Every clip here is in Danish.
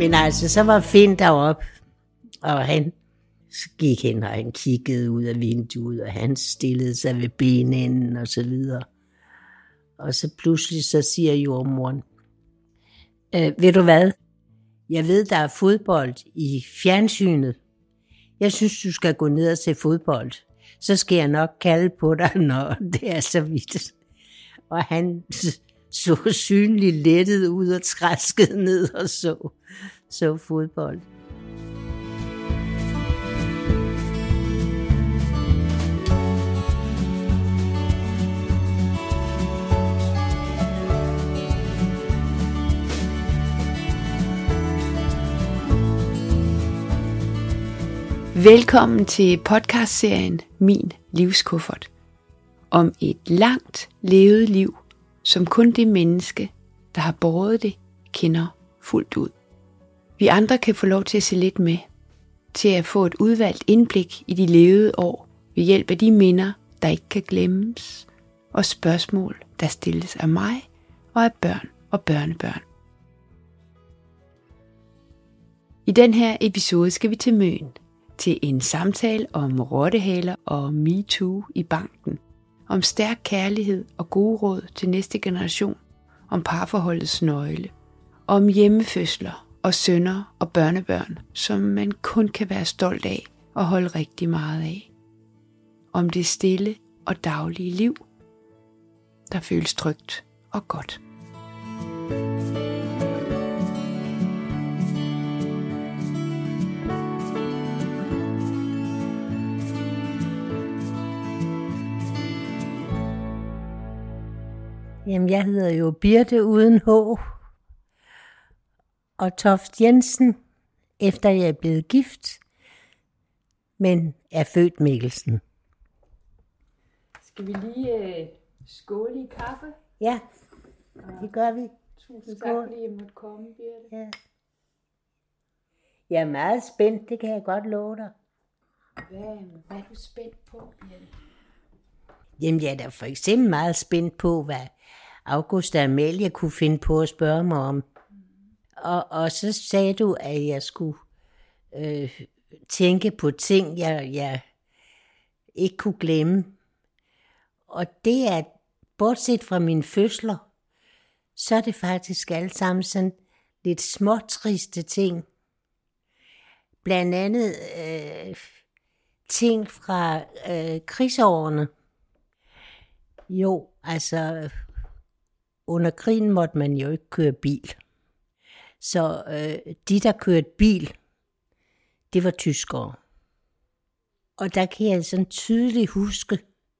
Men altså, så var Finn deroppe, og han gik hen, og han kiggede ud af vinduet, og han stillede sig ved benenden og så videre. Og så pludselig så siger jordmoren, ved du hvad? Jeg ved, der er fodbold i fjernsynet. Jeg synes, du skal gå ned og se fodbold. Så skal jeg nok kalde på dig, når det er så vidt. Og han så synligt lettet ud og træskede ned og så fodbold. Velkommen til podcastserien Min Livskuffert. Om et langt levet liv, som kun det menneske, der har båret det, kender fuldt ud. Vi andre kan få lov til at se lidt med, til at få et udvalgt indblik i de levede år, ved hjælp af de minder, der ikke kan glemmes, og spørgsmål, der stilles af mig og af børn og børnebørn. I den her episode skal vi til Møn, til en samtale om rottehaler og MeToo i banken, om stærk kærlighed og gode råd til næste generation, om parforholdets nøgle, om hjemmefødsler og sønner og børnebørn, som man kun kan være stolt af og holde rigtig meget af. Om det stille og daglige liv, der føles trygt og godt. Jamen, jeg hedder jo Birte uden H. Og Toft Jensen, efter jeg er blevet gift, men er født Mikkelsen. Skal vi lige skåle i kaffe? Ja, det gør vi. Tusind tak, fordi jeg måtte komme, Birte. Ja. Jeg er meget spændt, det kan jeg godt love dig. Hvad er du spændt på, Birte? Jamen, jeg er da for eksempel meget spændt på, hvad August og Amalie kunne finde på at spørge mig om. Og så sagde du, at jeg skulle tænke på ting, jeg ikke kunne glemme. Og det er, bortset fra mine fødsler, så er det faktisk alle sammen sådan lidt småtriste ting. Blandt andet ting fra krigsårene. Jo, altså under krigen måtte man jo ikke køre bil. Så de, der kørte bil, det var tyskere. Og der kan jeg sådan tydeligt huske,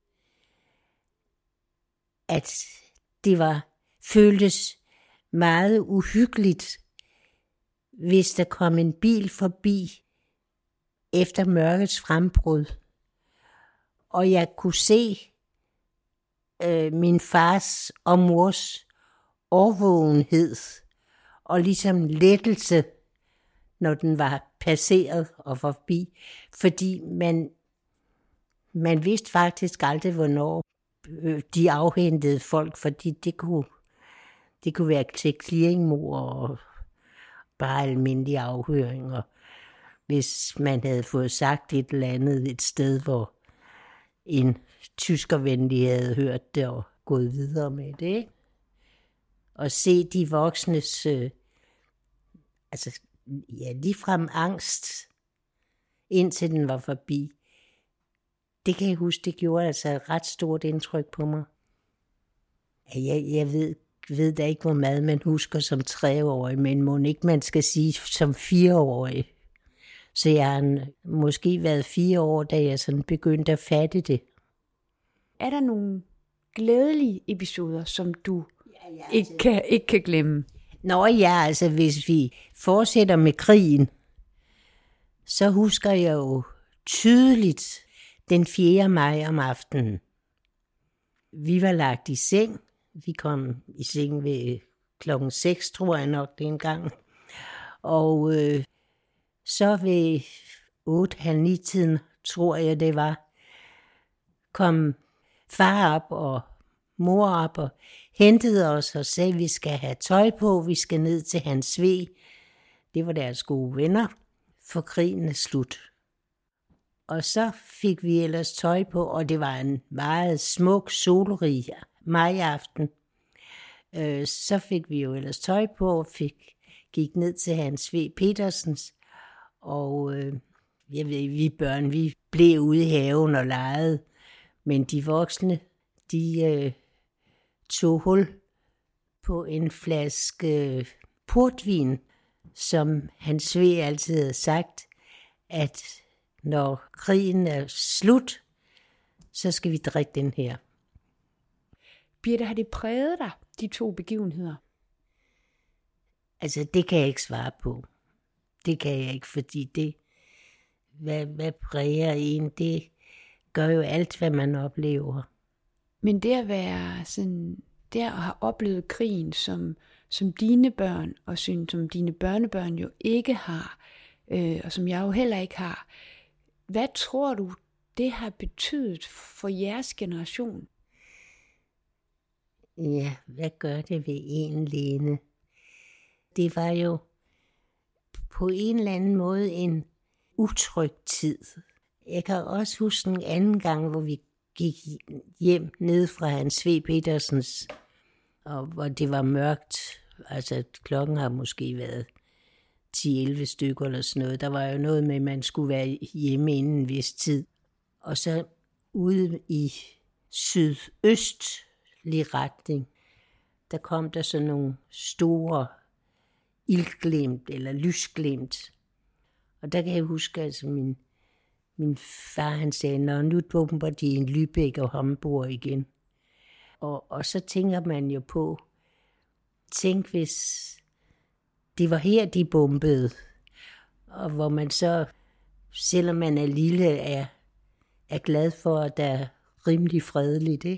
at det føltes meget uhyggeligt, hvis der kom en bil forbi efter mørkets frembrud. Og jeg kunne se min fars og mors årvågenhed og ligesom lettelse, når den var passeret og forbi, fordi man vidste faktisk aldrig, hvornår de afhentede folk, fordi det kunne være til clearingmord og bare almindelige afhøringer, hvis man havde fået sagt et eller andet et sted, hvor en tyskervenlig havde hørt det og gået videre med det, ikke? Og se de voksnes, ligefrem angst, indtil den var forbi. Det kan jeg huske, det gjorde altså et ret stort indtryk på mig. Jeg ved da ikke, hvor meget man husker som 3-årig, men må ikke man skal sige som 4-årig. Så jeg har måske været 4 år, da jeg sådan begyndte at fatte det. Er der nogle glædelige episoder, som du ikke kan glemme? Nå ja, altså hvis vi fortsætter med krigen, så husker jeg jo tydeligt den 4. maj om aftenen. Vi var lagt i seng. Vi kom i seng ved 6:00, tror jeg nok dengang. Og så ved 8:30-9-tiden, tror jeg det var, kom far op og mor op og hentede os og sagde, at vi skal have tøj på, vi skal ned til Hans V. Det var deres gode venner, for krigen er slut. Og så fik vi ellers tøj på, og det var en meget smuk, solrig majaften. Så fik vi jo ellers tøj på, og gik ned til Hans V. Petersens. Og jeg ved, vi børn, vi blev ude i haven og legede. Men de voksne, de tog hul på en flaske portvin, som Hans V. altid havde sagt, at når krigen er slut, så skal vi drikke den her. Birthe, har det præget dig, de 2 begivenheder? Altså, det kan jeg ikke svare på. Det kan jeg ikke, fordi det, hvad præger en, det gør jo alt, hvad man oplever. Men det at være sådan, det at have oplevet krigen, som dine børn, og som dine børnebørn jo ikke har, og som jeg jo heller ikke har, hvad tror du, det har betydet for jeres generation? Ja, hvad gør det ved en, Lene? Det var jo på en eller anden måde en utryg tid. Jeg kan også huske en anden gang, hvor vi gik hjem ned fra Hans V. Petersens, og hvor det var mørkt. Altså klokken har måske været 10-11 stykker eller sådan noget. Der var jo noget med, at man skulle være hjemme inden en vis tid. Og så ude i sydøstlig retning, der kom der sådan nogle store ildglimt eller lysglimt. Og der kan jeg huske, altså min far han sagde, når nu bomber de en Lübeck og Hamburg igen. Og så tænker man jo på, tænk hvis det var her, de bombede. Og hvor man så, selvom man er lille, er glad for, at der er rimelig fredeligt, ikke?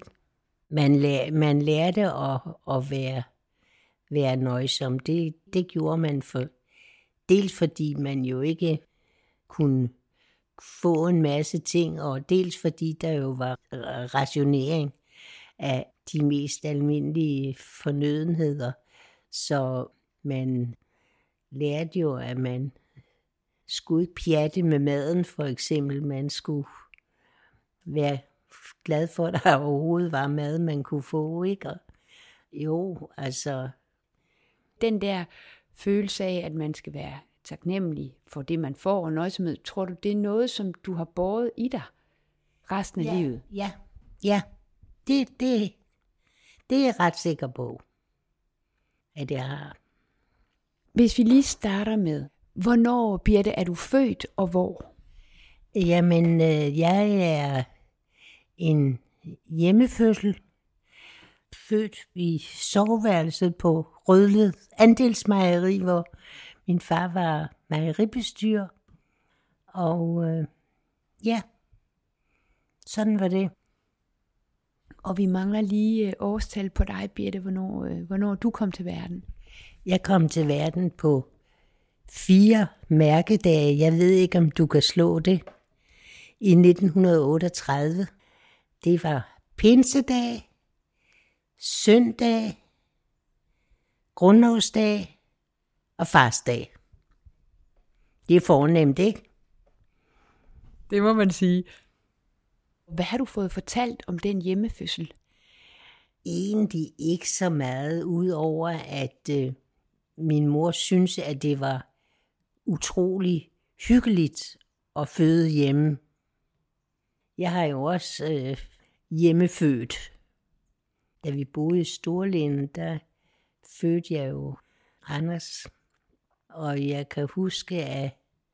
Man lærte at være nøjsom. Det gjorde man dels fordi man jo ikke kunne få en masse ting, og dels fordi der jo var rationering af de mest almindelige fornødenheder. Så man lærte jo, at man skulle ikke pjatte med maden, for eksempel. Man skulle være glad for, at der overhovedet var mad, man kunne få, ikke? Og jo, altså den der følelse af, at man skal være taknemmelig for det, man får, og nøjsomhed, tror du, det er noget, som du har båret i dig resten af livet? Ja. Det er jeg ret sikker på, at jeg har. Hvis vi lige starter med, hvornår, Birthe, er du født, og hvor? Jamen, jeg er en hjemmefødsel, født i soveværelset på Rødled Andelsmejeri, hvor min far var mejeribestyrer. Og ja, sådan var det. Og vi mangler lige årstal på dig, Birthe, hvornår du kom til verden. Jeg kom til verden på 4 mærkedage. Jeg ved ikke, om du kan slå det. I 1938. Det var pinsedag, søndag, grundlovsdag og farsdag. Det er fornemt, ikke? Det må man sige. Hvad har du fået fortalt om den hjemmefødsel? Egentlig ikke så meget, udover at min mor synes, at det var utrolig hyggeligt at føde hjemme. Jeg har jo også hjemmefødt. Da vi boede i Storlinden, der fødte jeg jo Anders. Og jeg kan huske, at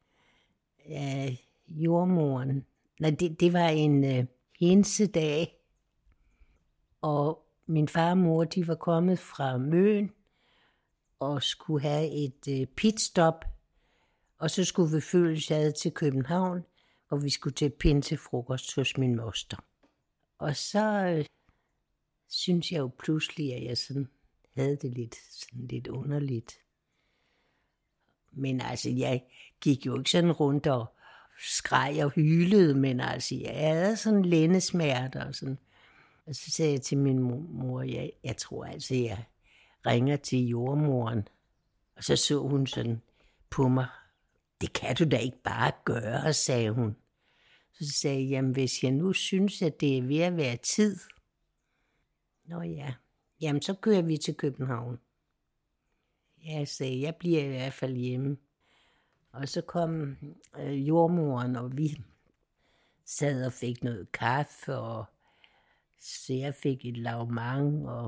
jordmoren, det var en hensedag, og min far og mor, de var kommet fra Møn og skulle have et pitstop, og så skulle vi følges ad til København, og vi skulle til pinsefrokost hos min moster. Og så synes jeg jo pludselig, at jeg sådan havde det lidt underligt. Men altså, jeg gik jo ikke sådan rundt og skreg og hylede, men altså, jeg havde sådan lændesmerter og sådan. Og så sagde jeg til min mor, jeg tror altså, jeg ringer til jordmoren. Og så hun sådan på mig. Det kan du da ikke bare gøre, sagde hun. Så sagde jeg, jamen hvis jeg nu synes, at det er ved at være tid. Nå ja, jamen så kører vi til København. Jeg sagde, jeg bliver i hvert fald hjemme. Og så kom jordmoren, og vi sad og fik noget kaffe, og så jeg fik et lavmang, og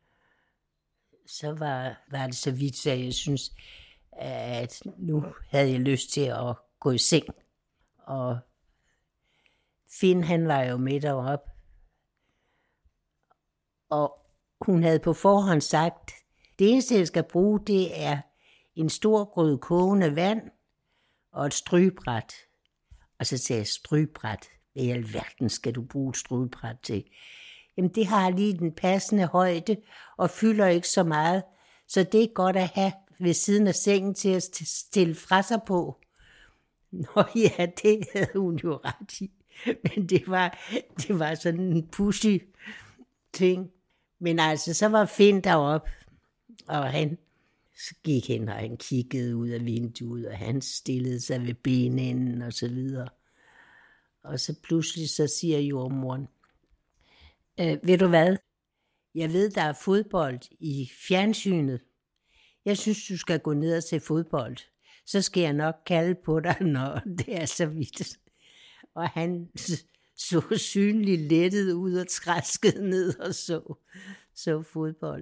så var det så vidt, så jeg synes, at nu havde jeg lyst til at gå i seng. Og Finn, han var jo med derop, og hun havde på forhånd sagt, det eneste, jeg skal bruge, det er en stor grød kogende vand og et strygebræt. Og så sagde jeg, strygebræt, hvad i alverden skal du bruge et strygebræt til? Jamen, det har lige den passende højde og fylder ikke så meget, så det er godt at have ved siden af sengen til at stille fra sig på. Nå ja, det havde hun jo ret i, men det var sådan en pussy ting. Men altså, så var Finn deroppe, og han gik hen, og han kiggede ud af vinduet, og han stillede sig ved benenden og så videre. Og så pludselig så siger jordmoren, ved du hvad? Jeg ved, der er fodbold i fjernsynet. Jeg synes, du skal gå ned og se fodbold. Så skal jeg nok kalde på dig, når det er så vidt. Og han så synligt lettet ud og træskede ned og så fodbold.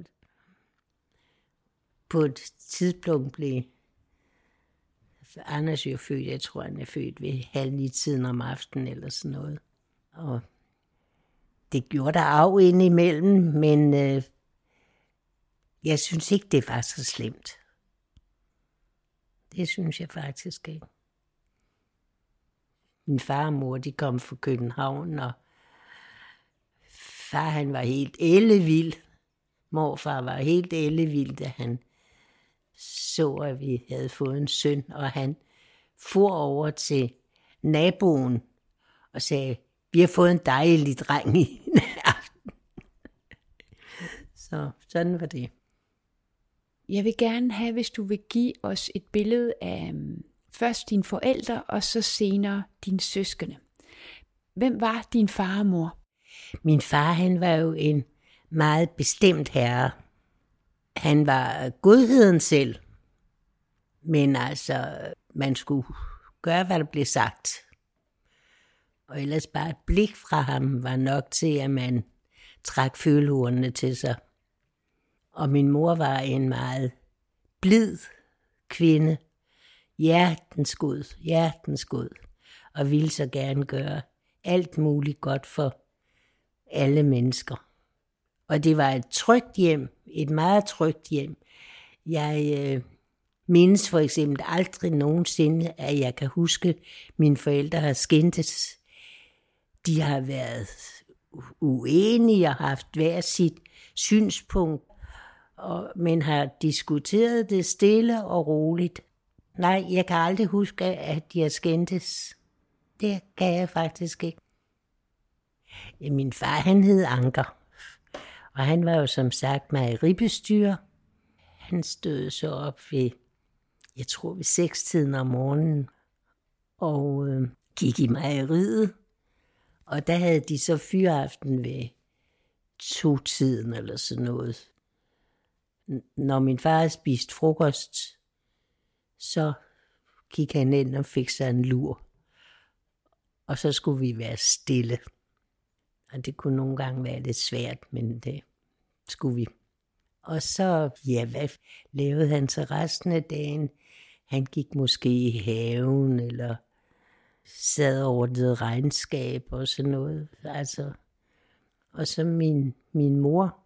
På et tidspunkt blev Anders jo født. Jeg tror, han er født ved 8:30 om aftenen eller sådan noget. Og det gjorde der af indimellem, men jeg synes ikke, det var så slemt. Det synes jeg faktisk ikke. Min far og mor, de kom fra København, og far, han var helt ellevild. Morfar var helt ellevild, da han så, at vi havde fået en søn, og han for over til naboen og sagde, vi har fået en dejlig dreng i aften. Så sådan var det. Jeg vil gerne have, hvis du vil give os et billede af først dine forældre, og så senere dine søskende. Hvem var din far og mor? Min far, han var jo en meget bestemt herre. Han var godheden selv, men altså, man skulle gøre, hvad der blev sagt. Og ellers bare et blik fra ham var nok til, at man trak følehornene til sig. Og min mor var en meget blid kvinde. Hjertens god. Og ville så gerne gøre alt muligt godt for alle mennesker. Og det var et trygt hjem, et meget trygt hjem. Jeg mindes for eksempel aldrig nogensinde, at jeg kan huske, at mine forældre har skændtes. De har været uenige og haft hver sit synspunkt, men har diskuteret det stille og roligt. Nej, jeg kan aldrig huske, at de har skændtes. Det kan jeg faktisk ikke. Min far, han hed Anker, og han var jo som sagt mejeribestyrer. Han stod så op ved, jeg tror ved 6-tiden om morgenen, og gik i mejeriet. Og der havde de så fyraften ved 2-tiden eller sådan noget. Når min far havde spist frokost, så gik han ind og fik sig en lur. Og så skulle vi være stille. Og det kunne nogle gange være lidt svært, men det skulle vi. Og så, hvad lavede han så resten af dagen? Han gik måske i haven, eller sad over det regnskab og sådan noget. Altså. Og så min mor,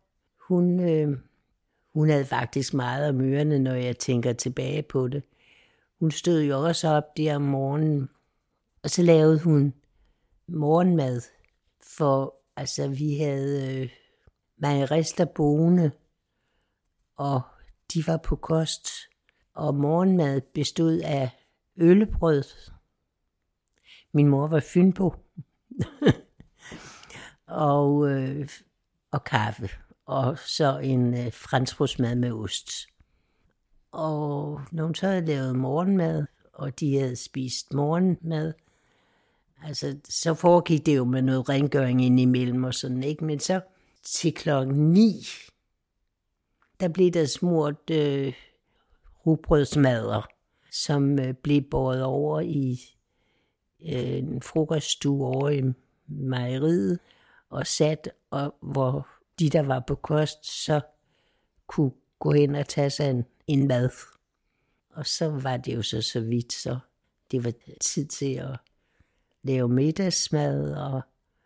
hun havde faktisk meget om ørerne, når jeg tænker tilbage på det. Hun stod jo også op der om morgenen, og så lavede hun morgenmad. For altså, vi havde mejerister boende, og de var på kost. Og morgenmad bestod af øllebrød. Min mor var fynbo. og kaffe. Og så en franskbrødsmad med ost. Og nogen så havde lavet morgenmad, og de havde spist morgenmad. Altså, så foregik det jo med noget rengøring indimellem og sådan, ikke? Men så til 9:00, der blev der smurt rugbrødsmadder, som blev båret over i en frokoststue over i mejeriet, og sat, og hvor de, der var på kost, så kunne gå hen og tage sig en mad. Og så var det jo så vidt, så det var tid til at lave middagsmad, og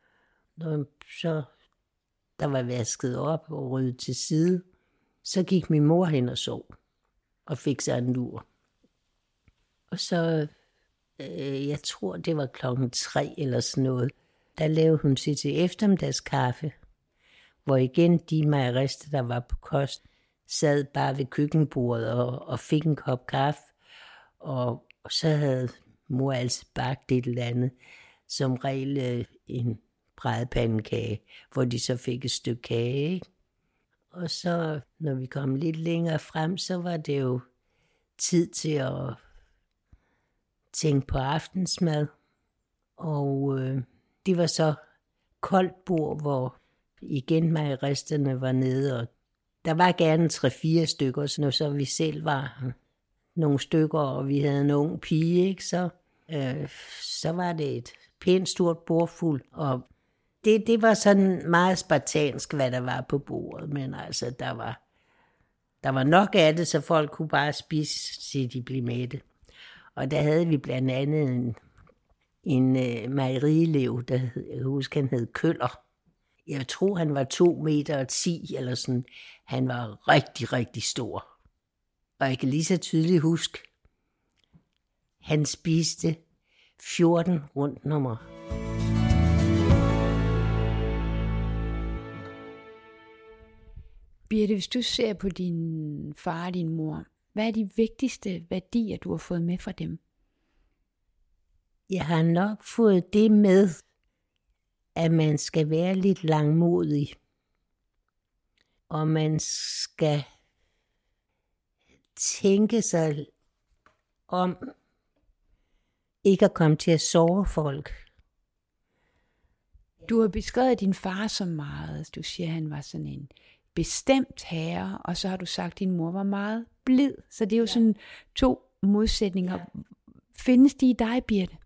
så der var vasket op og ryddet til side. Så gik min mor hen og sov, og fik sig en lur. Og så, jeg tror det var 3:00 eller sådan noget, der lavede hun sig til eftermiddagskaffe, hvor igen de mejerister, der var på kost, sad bare ved køkkenbordet og fik en kop kaffe, og så havde mor altså bagt et eller andet, som regel en brædepandekage, hvor de så fik et stykke kage, ikke? Og så, når vi kom lidt længere frem, så var det jo tid til at tænke på aftensmad. Og det var så koldt bord, hvor igen mejeristerne var nede, og der var gerne 3-4 stykker, så vi selv var nogle stykker, og vi havde en ung pige, ikke? Så var det et pænt stort bordfuld, og det var sådan meget spartansk, hvad der var på bordet, men altså, der var nok af det, så folk kunne bare spise, til de blev mætte. Og der havde vi blandt andet en mejerielev, jeg husker, han hed Køller. Jeg tror, han var 2,10 meter eller sådan. Han var rigtig, rigtig stor. Og jeg kan lige så tydeligt huske, han spiste 14 rundnummer. Birthe, hvis du ser på din far og din mor, hvad er de vigtigste værdier, du har fået med fra dem? Jeg har nok fået det med, at man skal være lidt langmodig. Og man skal tænke sig om ikke at komme til at såre folk. Du har beskrevet din far så meget. Du siger, at han var sådan en bestemt herre, og så har du sagt, at din mor var meget blid. Så det er jo sådan 2 modsætninger. Ja. Findes de i dig, Birthe?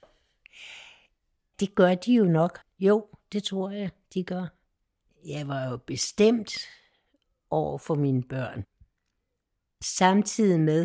Det gør de jo nok. Jo, det tror jeg, de gør. Jeg var jo bestemt over for mine børn. Samtidig med,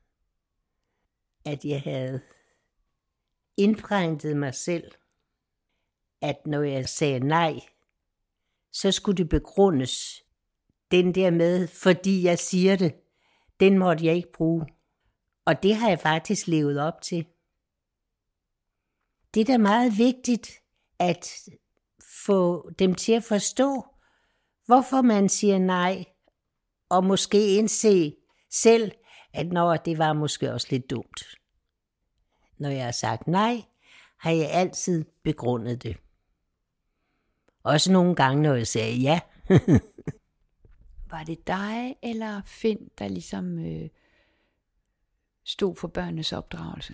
at jeg havde indpræntet mig selv, at når jeg sagde nej, så skulle det begrundes. Den der med, fordi jeg siger det, den måtte jeg ikke bruge. Og det har jeg faktisk levet op til. Det er da meget vigtigt at få dem til at forstå, hvorfor man siger nej, og måske indse selv, at det var måske også lidt dumt. Når jeg har sagt nej, har jeg altid begrundet det. Også nogle gange, når jeg sagde ja. Var det dig eller Finn, der ligesom stod for børnenes opdragelse?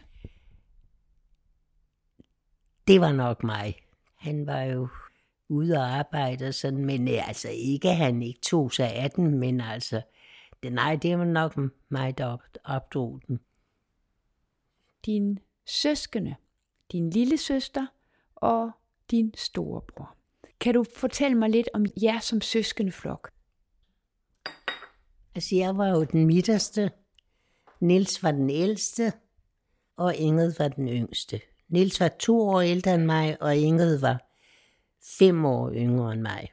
Det var nok mig. Han var jo ude og arbejde og sådan, men altså ikke, at han ikke tog sig af den, men altså, det var nok mig, der opdrog den. Din søskende, din lille søster og din storebror. Kan du fortælle mig lidt om jer som søskendeflok? Altså, jeg var jo den midterste. Niels var den ældste, og Ingrid var den yngste. Niels var 2 år ældre end mig, og Ingrid var 5 år yngre end mig.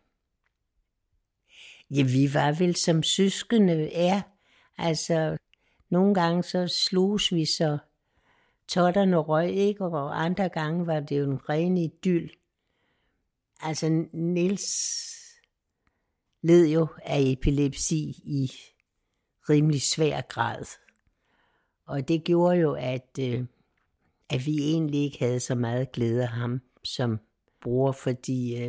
Ja, vi var vel som søskende er. Altså, nogle gange så slogs vi så totterne røg, ikke? Og andre gange var det jo en ren idyl. Altså, Niels led jo af epilepsi i rimelig svær grad. Og det gjorde jo, at vi egentlig ikke havde så meget glæde af ham som bror, fordi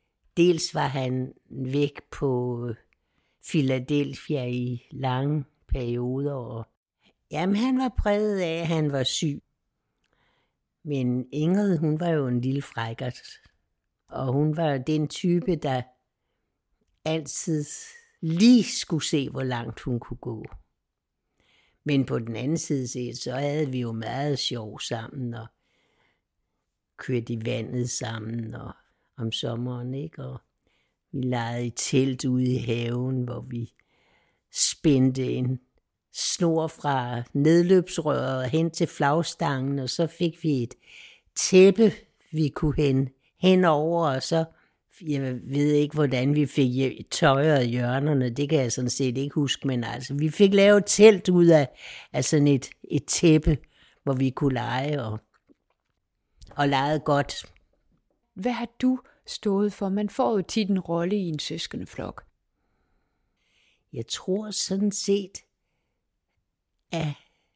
dels var han væk på Philadelphia i lange perioder. Og jamen, han var præget af, at han var syg. Men Ingrid, hun var jo en lille frækkert. Og hun var den type, der altid lige skulle se, hvor langt hun kunne gå. Men på den anden side set, så havde vi jo meget sjov sammen, og kørte i vandet sammen, og om sommeren, ikke? Og vi legede i telt ude i haven, hvor vi spændte en snor fra nedløbsrøret hen til flagstangen, og så fik vi et tæppe, vi kunne henover, og så, jeg ved ikke, hvordan vi fik tøjet hjørnerne, det kan jeg sådan set ikke huske, men altså, vi fik lavet et telt ud af sådan et tæppe, hvor vi kunne lege, og legede godt. Hvad har du stået for? Man får jo tit en rolle i en søskendeflok. Jeg tror sådan set, at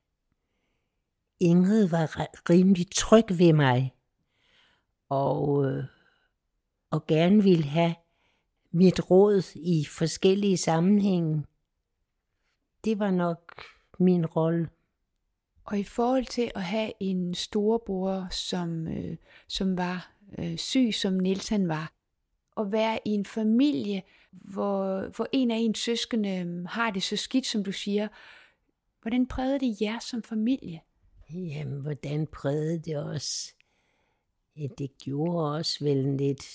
Ingrid var rimelig tryg ved mig, og gerne ville have mit råd i forskellige sammenhænge. Det var nok min rolle. Og i forhold til at have en storebror, som var syg, som Niels han var, og være i en familie, hvor en af ens søskende har det så skidt, som du siger, hvordan prægede det jer som familie? Jamen, hvordan prægede det os? Ja, det gjorde os vel lidt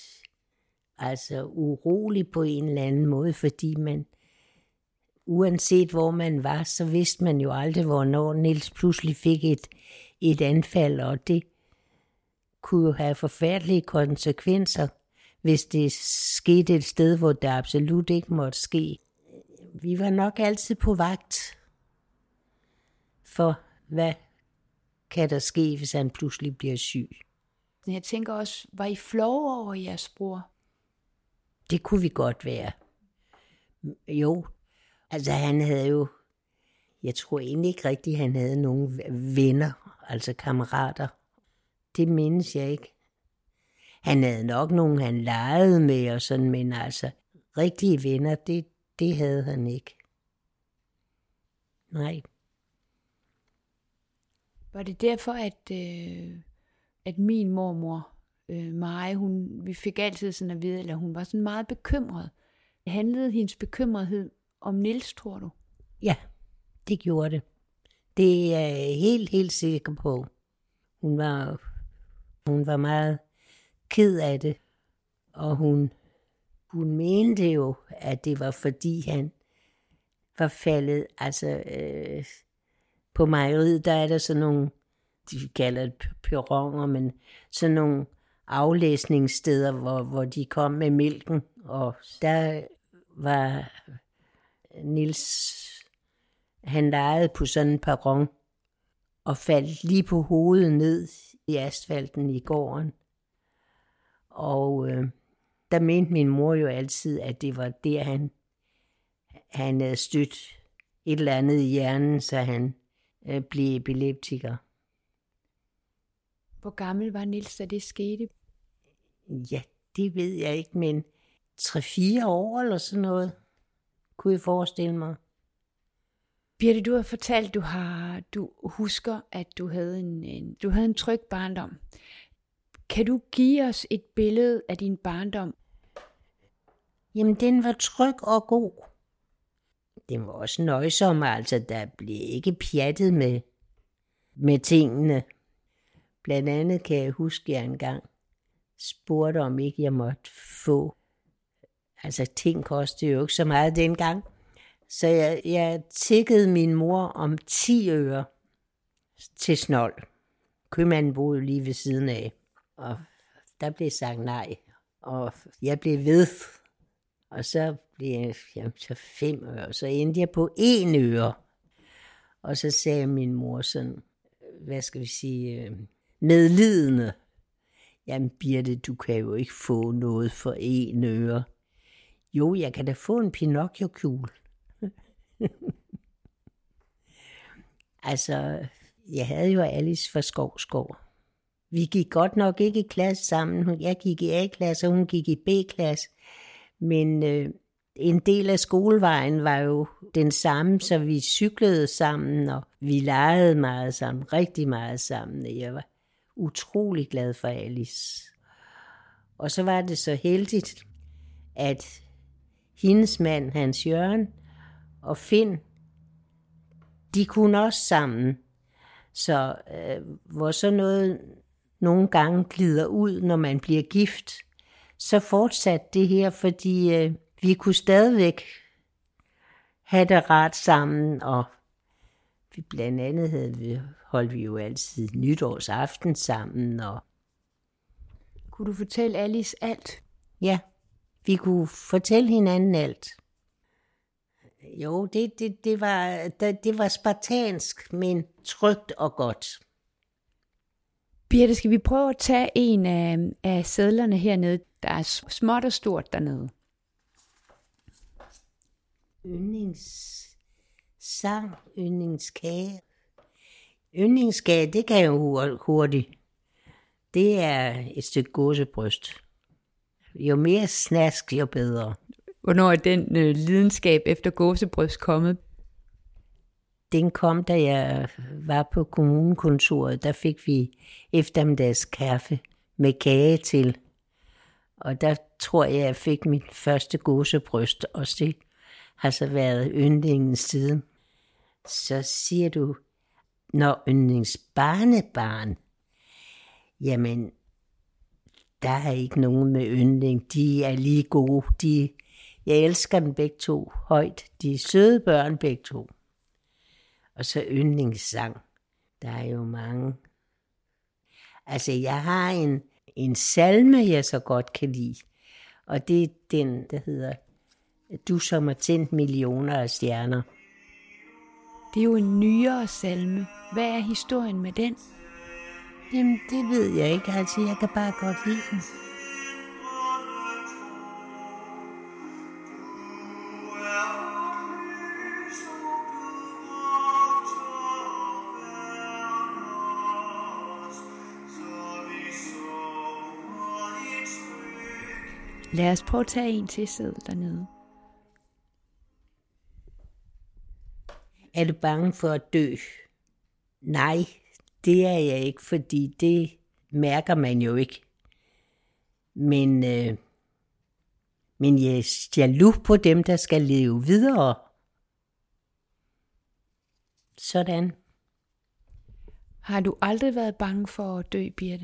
urolig på en eller anden måde, fordi man, uanset hvor man var, så vidste man jo aldrig, hvornår Niels pludselig fik et anfald, og det kunne jo have forfærdelige konsekvenser, hvis det skete et sted, hvor det absolut ikke måtte ske. Vi var nok altid på vagt for, hvad kan der ske, hvis han pludselig bliver syg. Jeg tænker også, var I flove over jeres bror? Det kunne vi godt være. Jo, altså han havde jo, jeg tror egentlig ikke rigtigt, han havde nogen venner, altså kammerater. Det mindes jeg ikke. Han havde nok nogen, han legede med og sådan, men altså rigtige venner, det havde han ikke. Nej. Var det derfor, at min mormor, Marie, vi fik altid sådan at vide, eller hun var sådan meget bekymret. Handlede hendes bekymrethed om Niels, tror du? Ja, det gjorde det. Det er jeg helt sikker på. Hun var meget ked af det, og hun mente jo, at det var fordi han var faldet, på mejeriet, der er der sådan nogle, de kalder det perroner, men sådan nogle aflæsningssteder, hvor de kom med mælken, og der var Niels, han legede på sådan en perron, og faldt lige på hovedet ned i asfalten i gården. Og der mente min mor jo altid, at det var der, han havde stødt et eller andet i hjernen, så han blev epileptiker. Hvor gammel var Niels, da det skete? Ja, det ved jeg ikke, men 3-4 år eller sådan noget, kunne jeg forestille mig. Birte, du har fortalt, du husker, at du havde en tryg barndom. Kan du give os et billede af din barndom? Jamen, den var tryg og god. Den var også nøjsom, altså der blev ikke pjattet med tingene. Blandt andet kan jeg huske, at jeg engang spurgte, om ikke jeg måtte få. Altså ting kostede jo ikke så meget dengang. Så jeg tiggede min mor om 10 øre til snold. Købmanden boede lige ved siden af. Og der blev sagt nej. Og jeg blev ved. Og så blev jeg så 5 øre. Og så endte jeg på 1 øre. Og så sagde min mor sådan, hvad skal vi sige, medlidende. Jamen Birte, du kan jo ikke få noget for 1 øre. Jo, jeg kan da få en Pinocchio-kjole. Altså, jeg havde jo Alice fra Skovsgård. Vi gik godt nok ikke i klasse sammen. Jeg gik i A-klasse, og hun gik i B-klasse. Men En del af skolevejen var jo den samme, så vi cyklede sammen, og vi legede meget sammen, rigtig meget sammen. Jeg var utrolig glad for Alice. Og så var det så heldigt, at hendes mand, Hans Jørgen og Finn, de kunne også sammen. Så hvor så noget nogle gange glider ud, når man bliver gift, så fortsatte det her, fordi vi kunne stadigvæk have det rart sammen, og blandt andet holdt vi jo altid nytårsaften sammen. Og kunne du fortælle Alice alt? Ja, vi kunne fortælle hinanden alt. Jo, det var spartansk, men trygt og godt. Birthe, skal vi prøve at tage en af sedlerne hernede? Der er småt og stort dernede. Yndlingssang, yndlingskage. Yndlingskage, det kan jo hurtigt. Det er et stykke gåsebryst. Jo mere snask, jo bedre. Hvornår er den lidenskab efter gåsebryst kommet? Den kom, da jeg var på kommunekontoret. Der fik vi eftermiddags kaffe med kage til. Og der tror jeg fik mit første gåsebryst. Og det har så været yndlingen siden. Så siger du, når yndlingsbarnebarn, jamen, der er ikke nogen med yndling. De er lige gode. Jeg elsker dem begge to højt. De er søde børn begge to. Og så yndlingssang. Der er jo mange. Altså, jeg har en salme, jeg så godt kan lide. Og det er den, der hedder Du som har tændt millioner af stjerner. Det er jo en nyere salme. Hvad er historien med den? Jamen, det ved jeg ikke. Altså, jeg kan bare godt lide den. Lad os prøve at tage en til sæd dernede. Er du bange for at dø? Nej, det er jeg ikke, fordi det mærker man jo ikke. Men jeg er jaloux på dem, der skal leve videre. Sådan. Har du aldrig været bange for at dø, Birthe?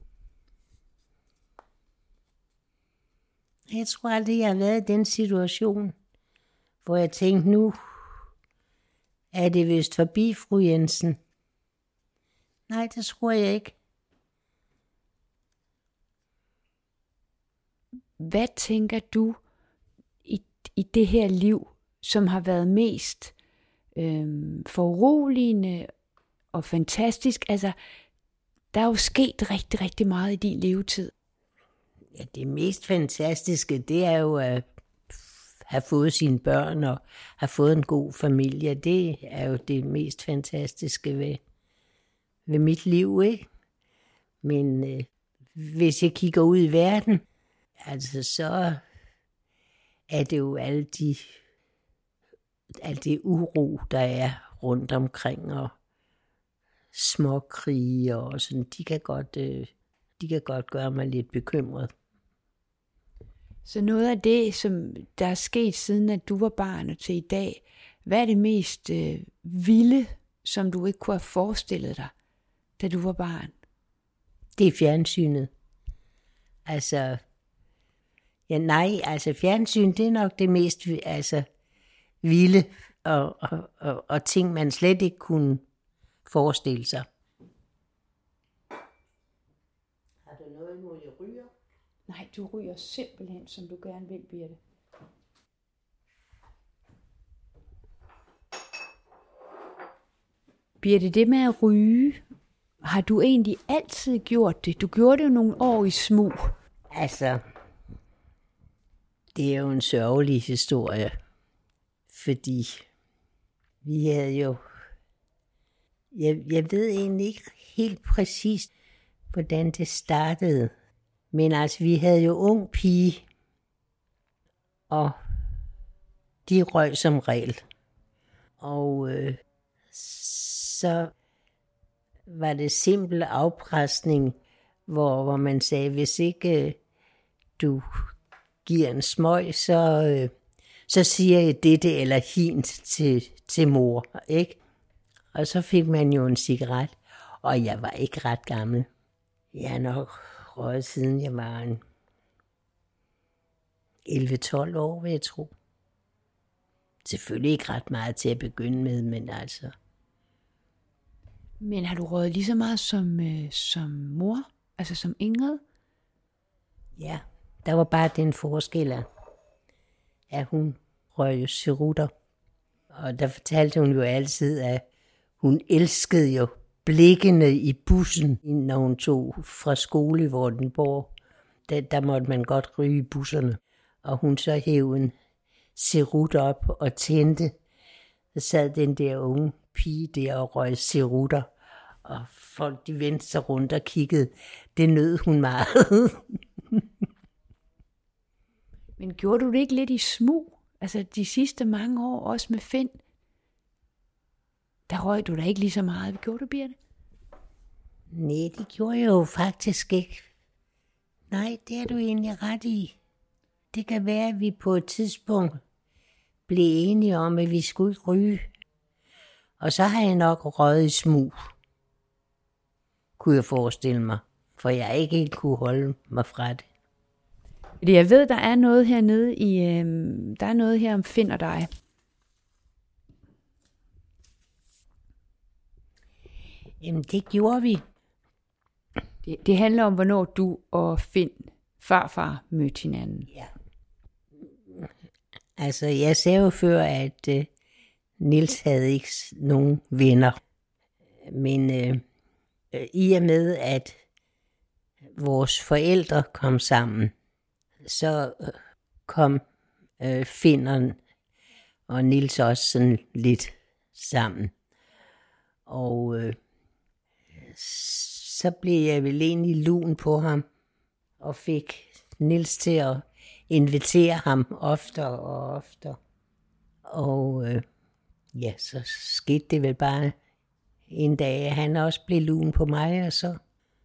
Jeg tror aldrig, jeg har været i den situation, hvor jeg tænkte, nu er det vist forbi, fru Jensen. Nej, det tror jeg ikke. Hvad tænker du i det her liv, som har været mest foruroligende og fantastisk? Altså, der er jo sket rigtig, rigtig meget i din levetid. Ja, det mest fantastiske, det er jo at have fået sine børn og have fået en god familie. Det er jo det mest fantastiske ved mit liv, ikke? Men hvis jeg kigger ud i verden, altså så er det jo alt det uro, der er rundt omkring, og småkrige og sådan, de kan godt gøre mig lidt bekymret. Så noget af det, som der er sket siden, at du var barn og til i dag, hvad er det mest vilde, som du ikke kunne have forestillet dig, da du var barn? Det er fjernsynet. Altså, ja nej, altså fjernsyn, det er nok det mest vilde og ting, man slet ikke kunne forestille sig. Har du noget imod, jeg ryger? Nej, du ryger simpelthen, som du gerne vil, Birthe. Birthe, det med at ryge, har du egentlig altid gjort det? Du gjorde det jo nogle år i smug. Altså, det er jo en sørgelig historie, fordi vi havde jo, jeg ved egentlig ikke helt præcist, hvordan det startede. Men altså, vi havde jo ung pige, og de røg som regel. Og så var det simpel afpresning, hvor man sagde, hvis ikke du giver en smøg, så siger jeg dette eller hint til mor, ikke? Og så fik man jo en cigaret, og jeg var ikke ret gammel. Jeg har nok røget siden jeg var en 11-12 år, vil jeg tro. Selvfølgelig ikke ret meget til at begynde med, men altså. Men har du røget lige så meget som mor? Altså som Ingrid? Ja, der var bare den forskel, at hun røg jo cerutter. Og der fortalte hun jo altid, at hun elskede jo blikkene i bussen, når hun tog fra skole i Vordingborg. Der måtte man godt ryge i busserne. Og hun så hævde en cerut op og tændte. Så sad den der unge pige der og røg cerutter. Og folk de vendte sig rundt og kiggede. Det nød hun meget. Men gjorde du det ikke lidt i smug? Altså de sidste mange år, også med Finn? Der røg du da ikke lige så meget. Gjorde du, Birthe? Nej, det gjorde jeg jo faktisk ikke. Nej, det er du egentlig ret i. Det kan være, at vi på et tidspunkt blev enige om, at vi skulle ikke ryge. Og så har jeg nok røget i smug, kunne jeg forestille mig. For jeg ikke helt kunne holde mig fra det. Jeg ved, der er noget hernede i... der er noget her om Finn og dig. Jamen, det gjorde vi. Det handler om, hvornår du og Finn, farfar, mødte hinanden. Ja. Altså, jeg sagde jo før, at Niels havde ikke nogen venner. Men i og med, at vores forældre kom sammen, så kom Finn og Niels også sådan lidt sammen. Og så blev jeg vel egentlig lun på ham, og fik Niels til at invitere ham oftere og oftere. Og ja, så skete det vel bare en dag, at han også blev lun på mig, og så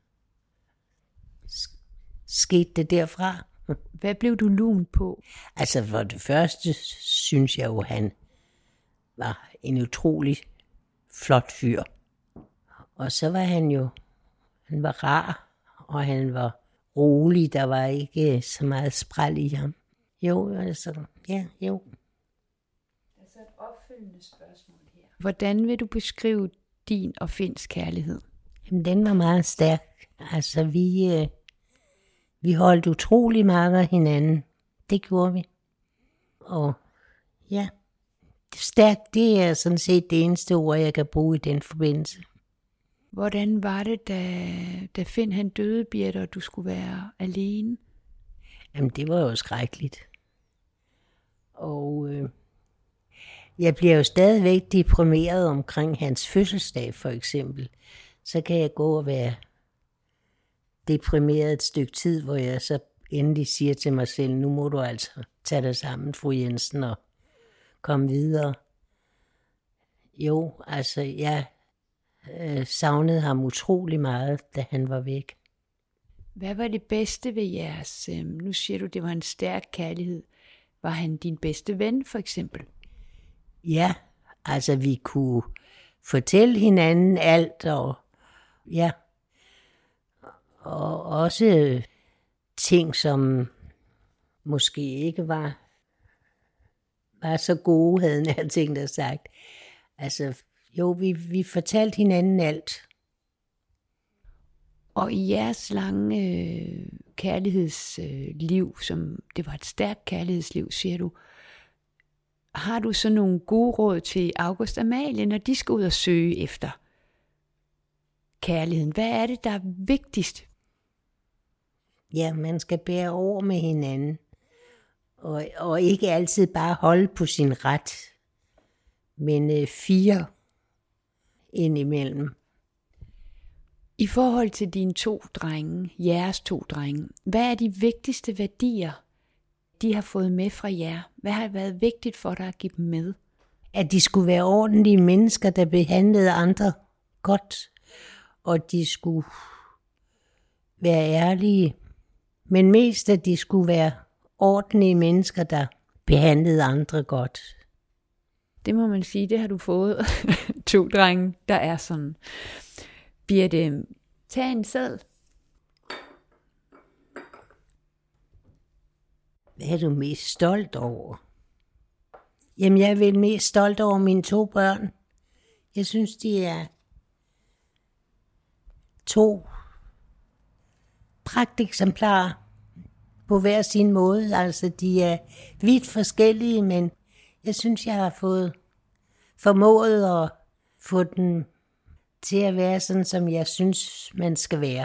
skete det derfra. Hvad blev du lun på? Altså for det første synes jeg jo, han var en utrolig flot fyr. Og så var han var rar, og han var rolig. Der var ikke så meget spræl i ham. Jo, altså, ja, jo. Der er så et opfølgende spørgsmål her. Hvordan vil du beskrive din og Finns kærlighed? Jamen, den var meget stærk. Altså, vi holdt utrolig meget af hinanden. Det gjorde vi. Og ja, stærkt, det er sådan set det eneste ord, jeg kan bruge i den forbindelse. Hvordan var det, da Finn han døde, Birthe, og du skulle være alene? Jamen, det var jo skrækkeligt. Og jeg bliver jo stadigvæk deprimeret omkring hans fødselsdag, for eksempel. Så kan jeg gå og være deprimeret et stykke tid, hvor jeg så endelig siger til mig selv, nu må du altså tage dig sammen, fru Jensen, og komme videre. Jo, altså, jeg savnede ham utrolig meget, da han var væk. Hvad var det bedste ved jeres, nu siger du, det var en stærk kærlighed. Var han din bedste ven, for eksempel? Ja, altså vi kunne fortælle hinanden alt, og ja, og også ting, som måske ikke var så gode, havde jeg tænkt at sagt. Altså, jo, vi fortalte hinanden alt. Og i jeres lange kærlighedsliv, som det var et stærkt kærlighedsliv, siger du, har du så nogle gode råd til August og Amalie, når de skal ud og søge efter kærligheden? Hvad er det, der er vigtigst? Ja, man skal bære over med hinanden, og ikke altid bare holde på sin ret, men 4 indimellem. I forhold til dine 2 drenge, jeres 2 drenge, hvad er de vigtigste værdier, de har fået med fra jer? Hvad har været vigtigt for dig at give dem med? At de skulle være ordentlige mennesker, der behandlede andre godt, og de skulle være ærlige, men mest at de skulle være ordentlige mennesker, der behandlede andre godt. Det må man sige, det har du fået. 2 drenge, der er sådan. Birte, tag en seddel. Hvad er du mest stolt over? Jamen, jeg er vel mest stolt over mine 2 børn. Jeg synes, de er 2 pragteksemplarer på hver sin måde. Altså, de er vidt forskellige, men jeg synes, jeg har formået at få den til at være sådan, som jeg synes, man skal være.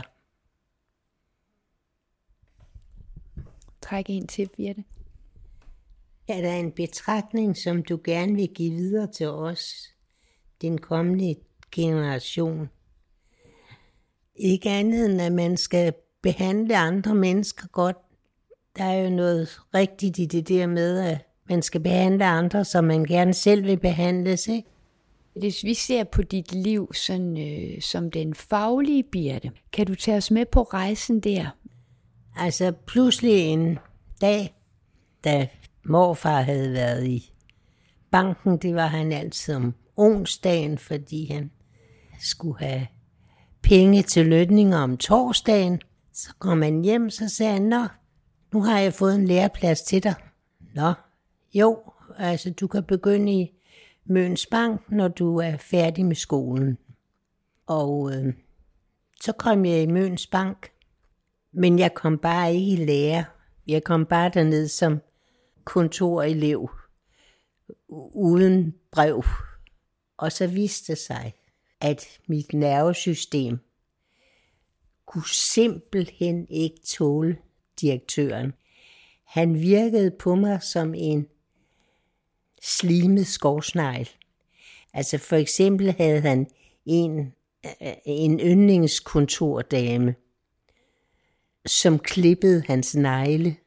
Træk en til, Birte. Er der en betragtning, som du gerne vil give videre til os, den kommende generation? Ikke andet end, at man skal behandle andre mennesker godt. Der er jo noget rigtigt i det der med, at man skal behandle andre, som man gerne selv vil behandles, ikke? Hvis vi ser på dit liv sådan, som den faglige Birte, kan du tage os med på rejsen der? Altså pludselig en dag, da morfar havde været i banken, det var han altid om onsdagen, fordi han skulle have penge til lønninger om torsdagen. Så kom han hjem, så sagde han, nå, nu har jeg fået en læreplads til dig. Nå, jo, altså du kan begynde i Møns Bank, når du er færdig med skolen. Og så kom jeg i Møns Bank, men jeg kom bare ikke i lære. Jeg kom bare derned som kontorelev, uden brev. Og så viste det sig, at mit nervesystem kunne simpelthen ikke tåle direktøren. Han virkede på mig som en slimet skovsnegl. Altså for eksempel havde han en yndlingskontordame, som klippede hans negle.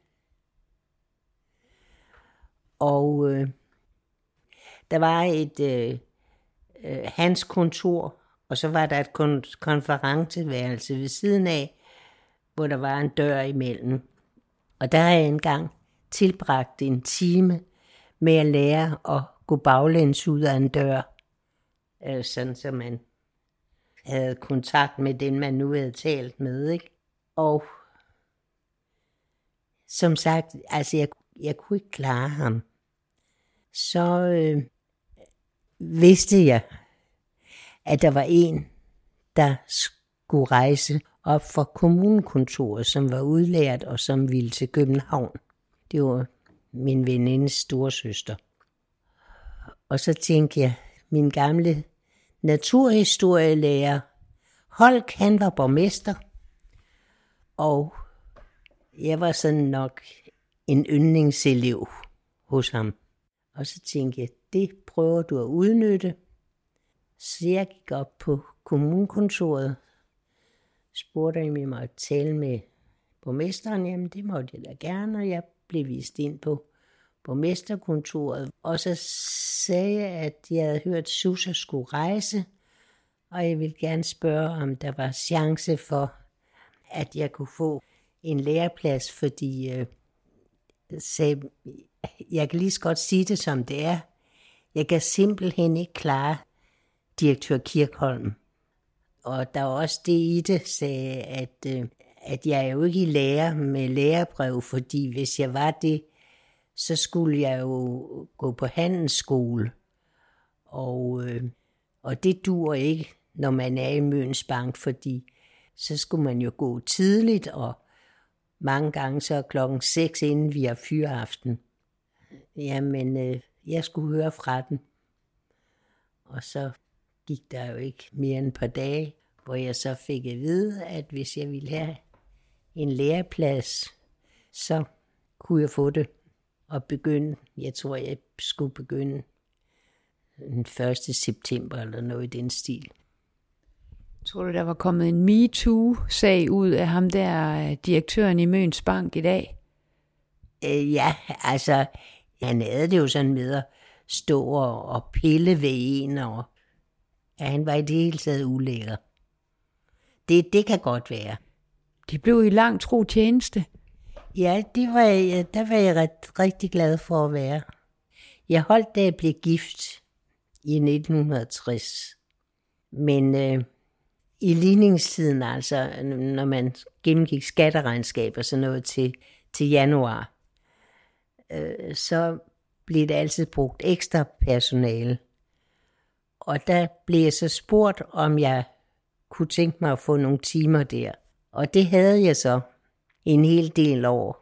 Og der var hans kontor, og så var der et konferenceværelse ved siden af, hvor der var en dør imellem. Og der har jeg engang tilbragt en time med at lære at gå baglæns ud af en dør, sådan så man havde kontakt med den, man nu havde talt med, ikke? Og som sagt, altså jeg kunne ikke klare ham. Så vidste jeg, at der var en, der skulle rejse op fra kommunekontoret, som var udlært og som ville til København. Det var min venindes storesøster. Og så tænkte jeg, min gamle naturhistorielærer, Holk, han var borgmester, og jeg var sådan nok en yndlingselev hos ham. Og så tænkte jeg, det prøver du at udnytte. Så jeg gik op på kommunekontoret, spurgte om jeg måtte tale med borgmesteren. Jamen det måtte jeg da gerne, og jeg blev vist ind på borgmesterkontoret. Og så sagde jeg, at jeg havde hørt, at Susa skulle rejse, og jeg ville gerne spørge, om der var chance for, at jeg kunne få en læreplads, fordi jeg kan lige så godt sige det, som det er. Jeg kan simpelthen ikke klare direktør Kirkholm. Og der er også det i det, sagde, at jeg er jo ikke i lære med lærebrev, fordi hvis jeg var det, så skulle jeg jo gå på handelsskole. Og det duer ikke, når man er i Møns Bank, fordi så skulle man jo gå tidligt, og mange gange så 6:00, inden vi har fyraften. Jamen, jeg skulle høre fra den. Og så gik der jo ikke mere end et par dage, hvor jeg så fik at vide, at hvis jeg ville have en læreplads, så kunne jeg få det og begynde. Jeg tror, jeg skulle begynde den 1. september eller noget i den stil. Tror du, der var kommet en MeToo-sag ud af ham der, direktøren i Møns Bank i dag? Ja, altså, han havde det jo sådan med at stå og pille ved en, og ja, han var i det hele taget ulækker. Det kan godt være. Det blev i lang tro tjeneste. Ja, der var jeg rigtig glad for at være. Jeg holdt, da jeg blev gift i 1960. Men i ligningstiden, altså når man gennemgik skatteregnskab og sådan noget til januar, så blev det altid brugt ekstra personale. Og der blev jeg så spurgt, om jeg kunne tænke mig at få nogle timer der. Og det havde jeg så en hel del år.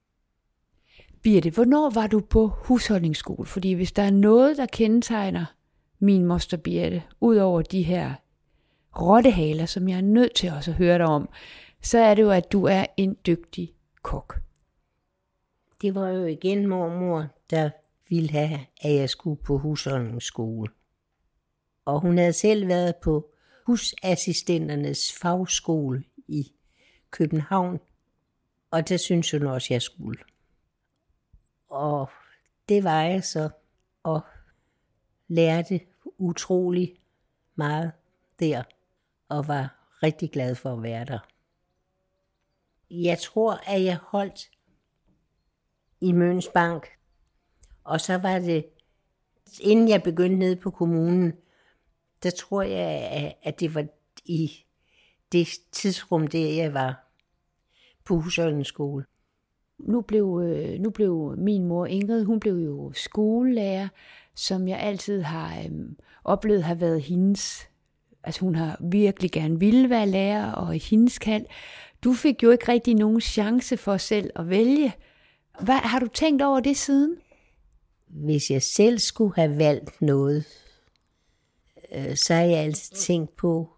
Birte, hvornår var du på husholdningsskole? Fordi hvis der er noget, der kendetegner min moster Birte, ud over de her rottehaler, som jeg er nødt til også at høre dig om, så er det jo, at du er en dygtig kok. Det var jo igen mormor, der ville have, at jeg skulle på husholdningsskole. Og hun havde selv været på husassistenternes fagskole i København, og der syntes hun også, jeg skulle. Og det var jeg så, og lærte utrolig meget der, og var rigtig glad for at være der. Jeg tror, at jeg holdt i Møns Bank, og så var det, inden jeg begyndte nede på kommunen, der tror jeg, at det var i det tidsrum, der jeg var på husholdningsskole. Nu blev min mor Ingrid, hun blev jo skolelærer, som jeg altid har oplevet har været hendes. Altså hun har virkelig gerne ville være lærer, og i hendes kald. Du fik jo ikke rigtig nogen chance for selv at vælge. Hvad har du tænkt over det siden? Hvis jeg selv skulle have valgt noget, så har jeg altid tænkt på,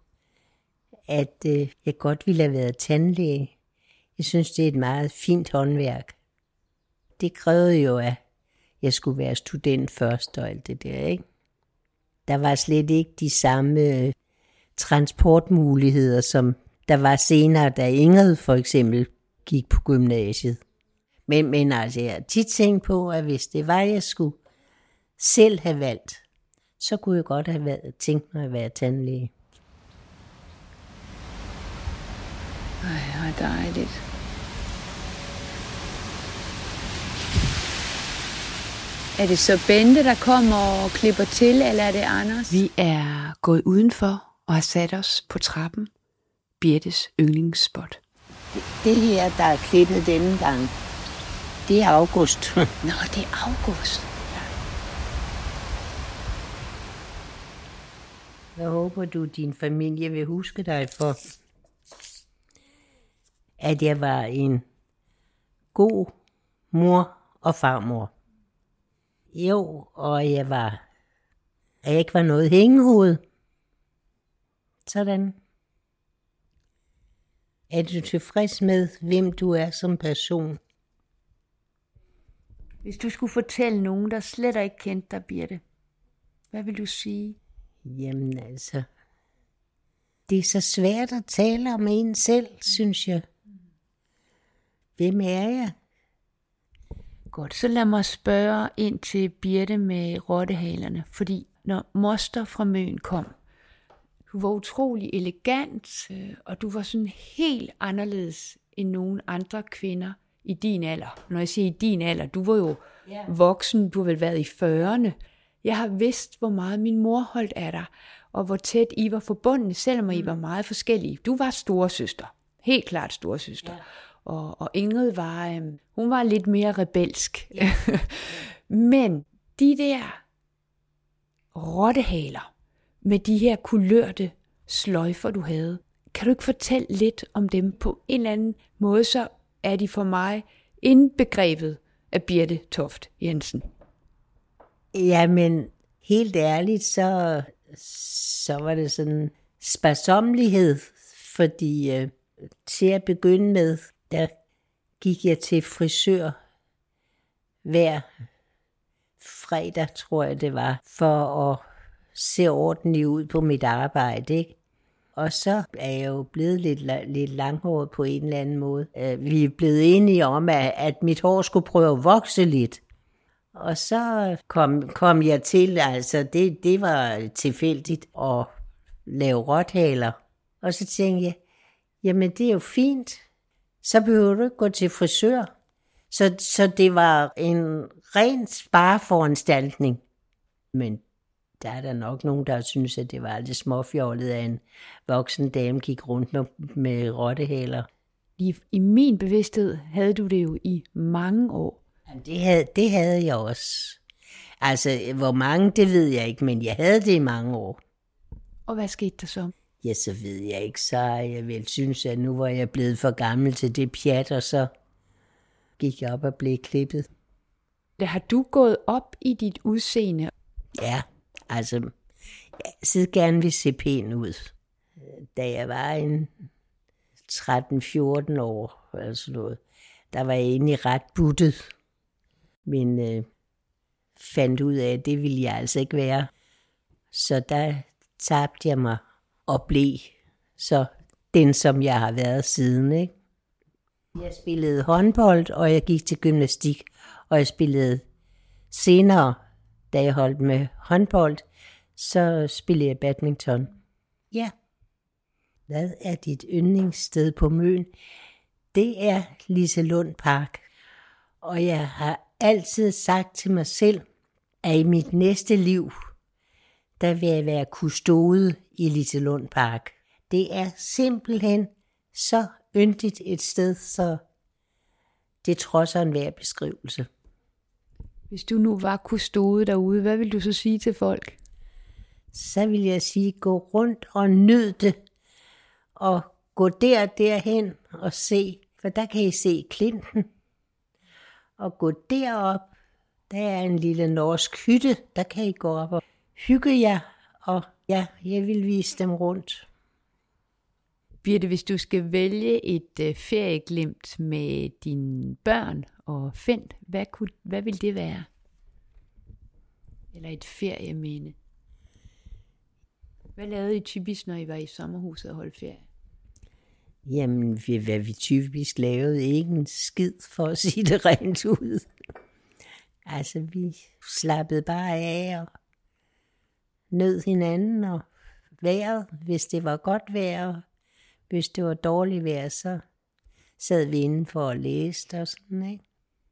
at jeg godt ville have været tandlæge. Jeg synes, det er et meget fint håndværk. Det krævede jo, at jeg skulle være student først og alt det der, ikke? Der var slet ikke de samme transportmuligheder, som der var senere, da Ingrid for eksempel gik på gymnasiet. Men altså, jeg har tit tænkt på, at hvis det var, jeg skulle selv have valgt, så kunne jeg godt have tænkt mig at være tandlæge. Ej, hvor dejligt. Er det så Bente, der kommer og klipper til, eller er det Anders? Vi er gået udenfor og har sat os på trappen. Birtes yndlingsspot. Det her, der er klippet denne gang, det er August. Nå, det er August. Ja. Jeg håber, din familie vil huske dig for, at jeg var en god mor og farmor. Jo, og jeg ikke var noget hængehoved. Sådan. Er du tilfreds med, hvem du er som person? Hvis du skulle fortælle nogen, der slet ikke kendte dig, Birte, hvad vil du sige? Jamen altså, det er så svært at tale om en selv, synes jeg. Hvem er jeg? Godt, så lad mig spørge ind til Birte med rottehalerne, fordi når moster fra Møn kom, du var utrolig elegant, og du var sådan helt anderledes end nogen andre kvinder i din alder. Når jeg siger i din alder, du var jo voksen, du har vel været i 40'erne. Jeg har vidst, hvor meget min mor holdt af dig, og hvor tæt I var forbundne, selvom I var meget forskellige. Du var storesøster, helt klart storesøster. Ja. Og Ingrid hun var lidt mere rebelsk. Ja. Men de der rottehaler med de her kulørte sløjfer, du havde, kan du ikke fortælle lidt om dem på en eller anden måde, så er de for mig indbegrebet af Birte Toft Jensen? Jamen, helt ærligt, så var det sådan sparsommelighed, fordi til at begynde med, der gik jeg til frisør hver fredag, tror jeg det var, for at se ordentligt ud på mit arbejde, ikke? Og så er jeg jo blevet lidt langhåret på en eller anden måde. Vi er blevet enige om, at mit hår skulle prøve at vokse lidt. Og så kom jeg til, altså det var tilfældigt at lave råthaler. Og så tænkte jeg, jamen det er jo fint, så behøver du ikke gå til frisør. Så det var en ren spareforanstaltning. Men der er der nok nogen, der synes, at det var lidt småfjollet, at en voksen dame gik rundt med rottehaler. I min bevidsthed havde du det jo i mange år. Jamen, det havde jeg også. Altså, hvor mange, det ved jeg ikke, men jeg havde det i mange år. Og hvad skete der så? Ja, så ved jeg ikke, så jeg vel synes, at nu var jeg blevet for gammel til det pjat, og så gik jeg op og blev klippet. Har du gået op i dit udseende? Ja, altså, jeg sidder gerne vil se pæn ud. Da jeg var en 13-14 år, eller sådan noget, der var jeg egentlig ret buttet. Men fandt ud af, at det ville jeg altså ikke være. Så der tabte jeg mig og blev så den, som jeg har været siden, ikke? Jeg spillede håndbold, og jeg gik til gymnastik, og jeg spillede senere, da jeg holdt med håndbold, så spillede jeg badminton. Ja. Hvad er dit yndlingssted på Møn? Det er Liselund Park. Og jeg har altid sagt til mig selv, at i mit næste liv, der vil jeg være kustode i Liselund Park. Det er simpelthen så yndigt et sted, så det trodser enhver beskrivelse. Hvis du nu var kustode derude, hvad vil du så sige til folk? Så vil jeg sige, gå rundt og nyd det. Og gå derhen og se, for der kan I se Klinten. Og gå derop, der er en lille norsk hytte, der kan I gå op og hygge jer. Og ja, jeg vil vise dem rundt. Birte, hvis du skal vælge et ferieglimt med dine børn og Finn, hvad vil det være? Eller et ferieminde? Hvad lavede I typisk, når I var i sommerhuset og holdt ferie? Jamen, hvad vi typisk lavede, ikke en skid for at sige det rent ud. Altså, vi slappede bare af og nød hinanden og vejret, hvis det var godt vejr. Hvis det var dårligt vejr, så sad vi indenfor og læste og sådan, ikke?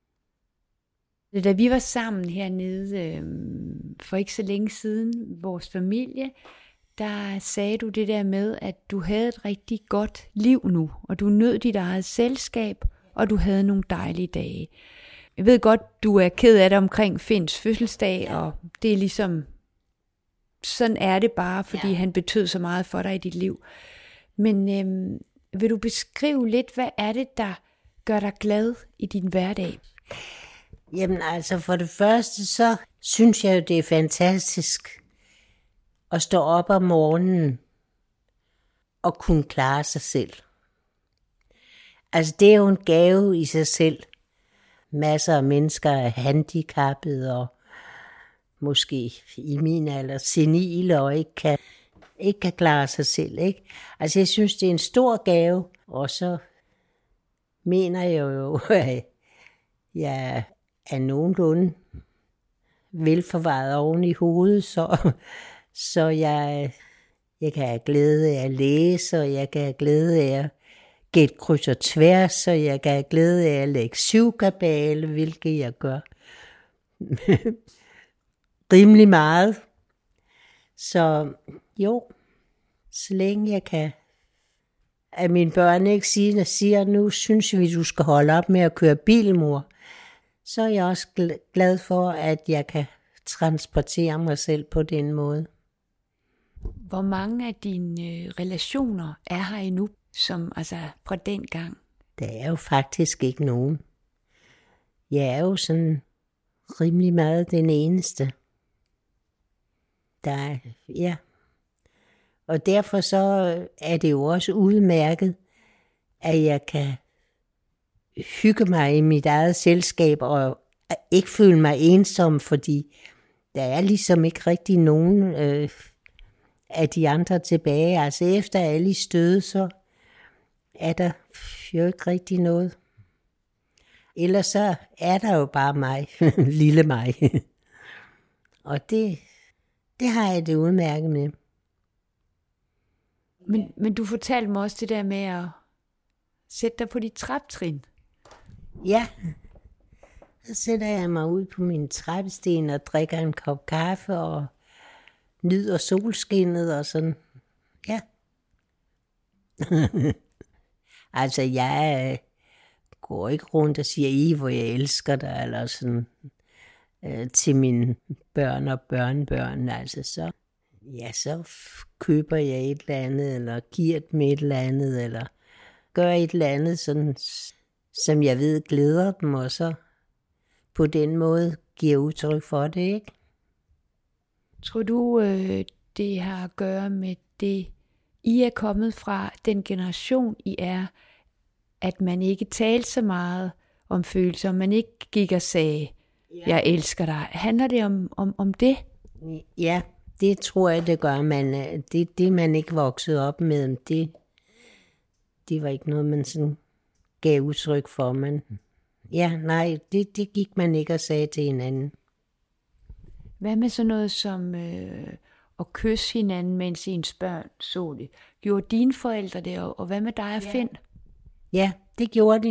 Da vi var sammen hernede for ikke så længe siden, vores familie, der sagde du det der med, at du havde et rigtig godt liv nu, og du nød dit eget selskab, og du havde nogle dejlige dage. Jeg ved godt, du er ked af det omkring Finns fødselsdag, og det er ligesom, sådan er det bare, fordi han betød så meget for dig i dit liv. Men vil du beskrive lidt, hvad er det, der gør dig glad i din hverdag? Jamen altså, for det første, så synes jeg jo, det er fantastisk at stå op om morgenen og kunne klare sig selv. Altså, det er jo en gave i sig selv. Masser af mennesker er handicappede og måske i min alder senile og ikke kan klare sig selv, ikke? Altså, jeg synes, det er en stor gave, og så mener jeg jo, at jeg er nogenlunde velforvaret oven i hovedet, så jeg kan have glæde af at læse, og jeg kan have glæde af at gætte kryds og tværs, og jeg kan have glæde af at lægge syvkabale, hvilket jeg gør rimelig meget. Så jo, så længe jeg kan, at mine børn ikke siger, nu synes vi, du skal holde op med at køre bil, mor, så er jeg også glad for, at jeg kan transportere mig selv på den måde. Hvor mange af dine relationer er her endnu, som altså fra den gang? Der er jo faktisk ikke nogen. Jeg er jo sådan rimelig meget den eneste. Ja. Og derfor så er det jo også udmærket, at jeg kan hygge mig i mit eget selskab og ikke føle mig ensom, fordi der er ligesom ikke rigtig nogen af de andre tilbage. Altså efter alle støde, så er der jo ikke rigtig noget. Ellers så er der jo bare mig, lille mig. Og det har jeg det udmærket med. Men du fortalte mig også det der med at sætte dig på dit traptrin. Ja, så sætter jeg mig ud på min trappesten og drikker en kop kaffe og nyder solskinnet og sådan. Ja. Altså jeg går ikke rundt og siger, hvor jeg elsker dig, eller sådan til mine børn og børnebørn. Altså så køber jeg et eller andet, eller giver dem et eller andet, eller gør et eller andet, sådan, som jeg ved glæder dem, og så på den måde giver udtryk for det, ikke? Tror du, det har at gøre med det, I er kommet fra, den generation, I er, at man ikke talte så meget om følelser, man ikke gik og sagde, jeg elsker dig. Handler det om det? Ja, det tror jeg, det gør. Det man ikke voksede op med, det var ikke noget, man sådan gav udtryk for. Det gik man ikke og sagde til hinanden. Hvad med sådan noget som at kysse hinanden, mens ens børn så det? Gjorde dine forældre det, og hvad med dig og Finn? Ja, det gjorde de.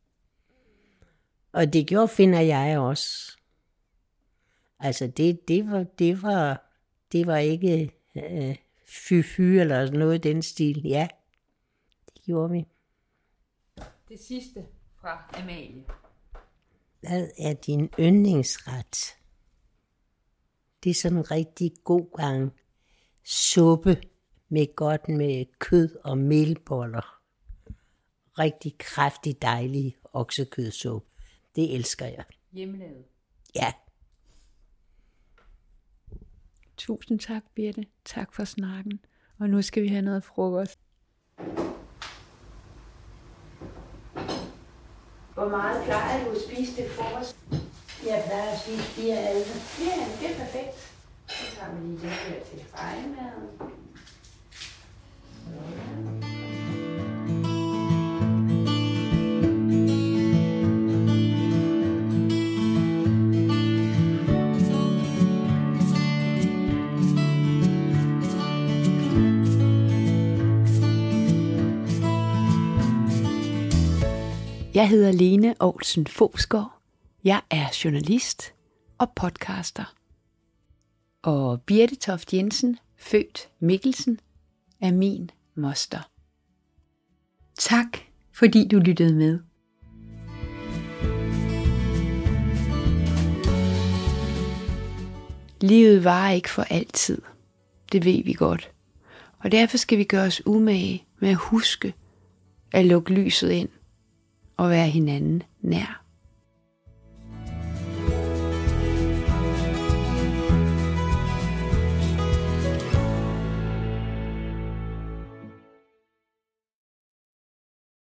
Og det gjorde Finn og jeg også. Altså det var ikke fy eller noget i den stil. Ja, det gjorde vi. Det sidste fra Amalie. Hvad er din yndlingsret? Det er sådan en rigtig god gang suppe med kød og melboller. Rigtig kraftig, dejlig oksekødsuppe. Det elsker jeg. Hjemmelavet? Ja. Tusind tak, Birte. Tak for snakken. Og nu skal vi have noget frokost. Hvor meget plejer du at spise til frokost? Jeg plejer at spise 4 alve. Ja, det er perfekt. Så tager vi lige det her til fejlmaden. Jeg hedder Lene Olsen Fosgaard. Jeg er journalist og podcaster. Og Birte Toft Jensen, født Mikkelsen, er min moster. Tak, fordi du lyttede med. Livet varer ikke for altid. Det ved vi godt. Og derfor skal vi gøre os umage med at huske at lukke lyset ind og være hinanden nær.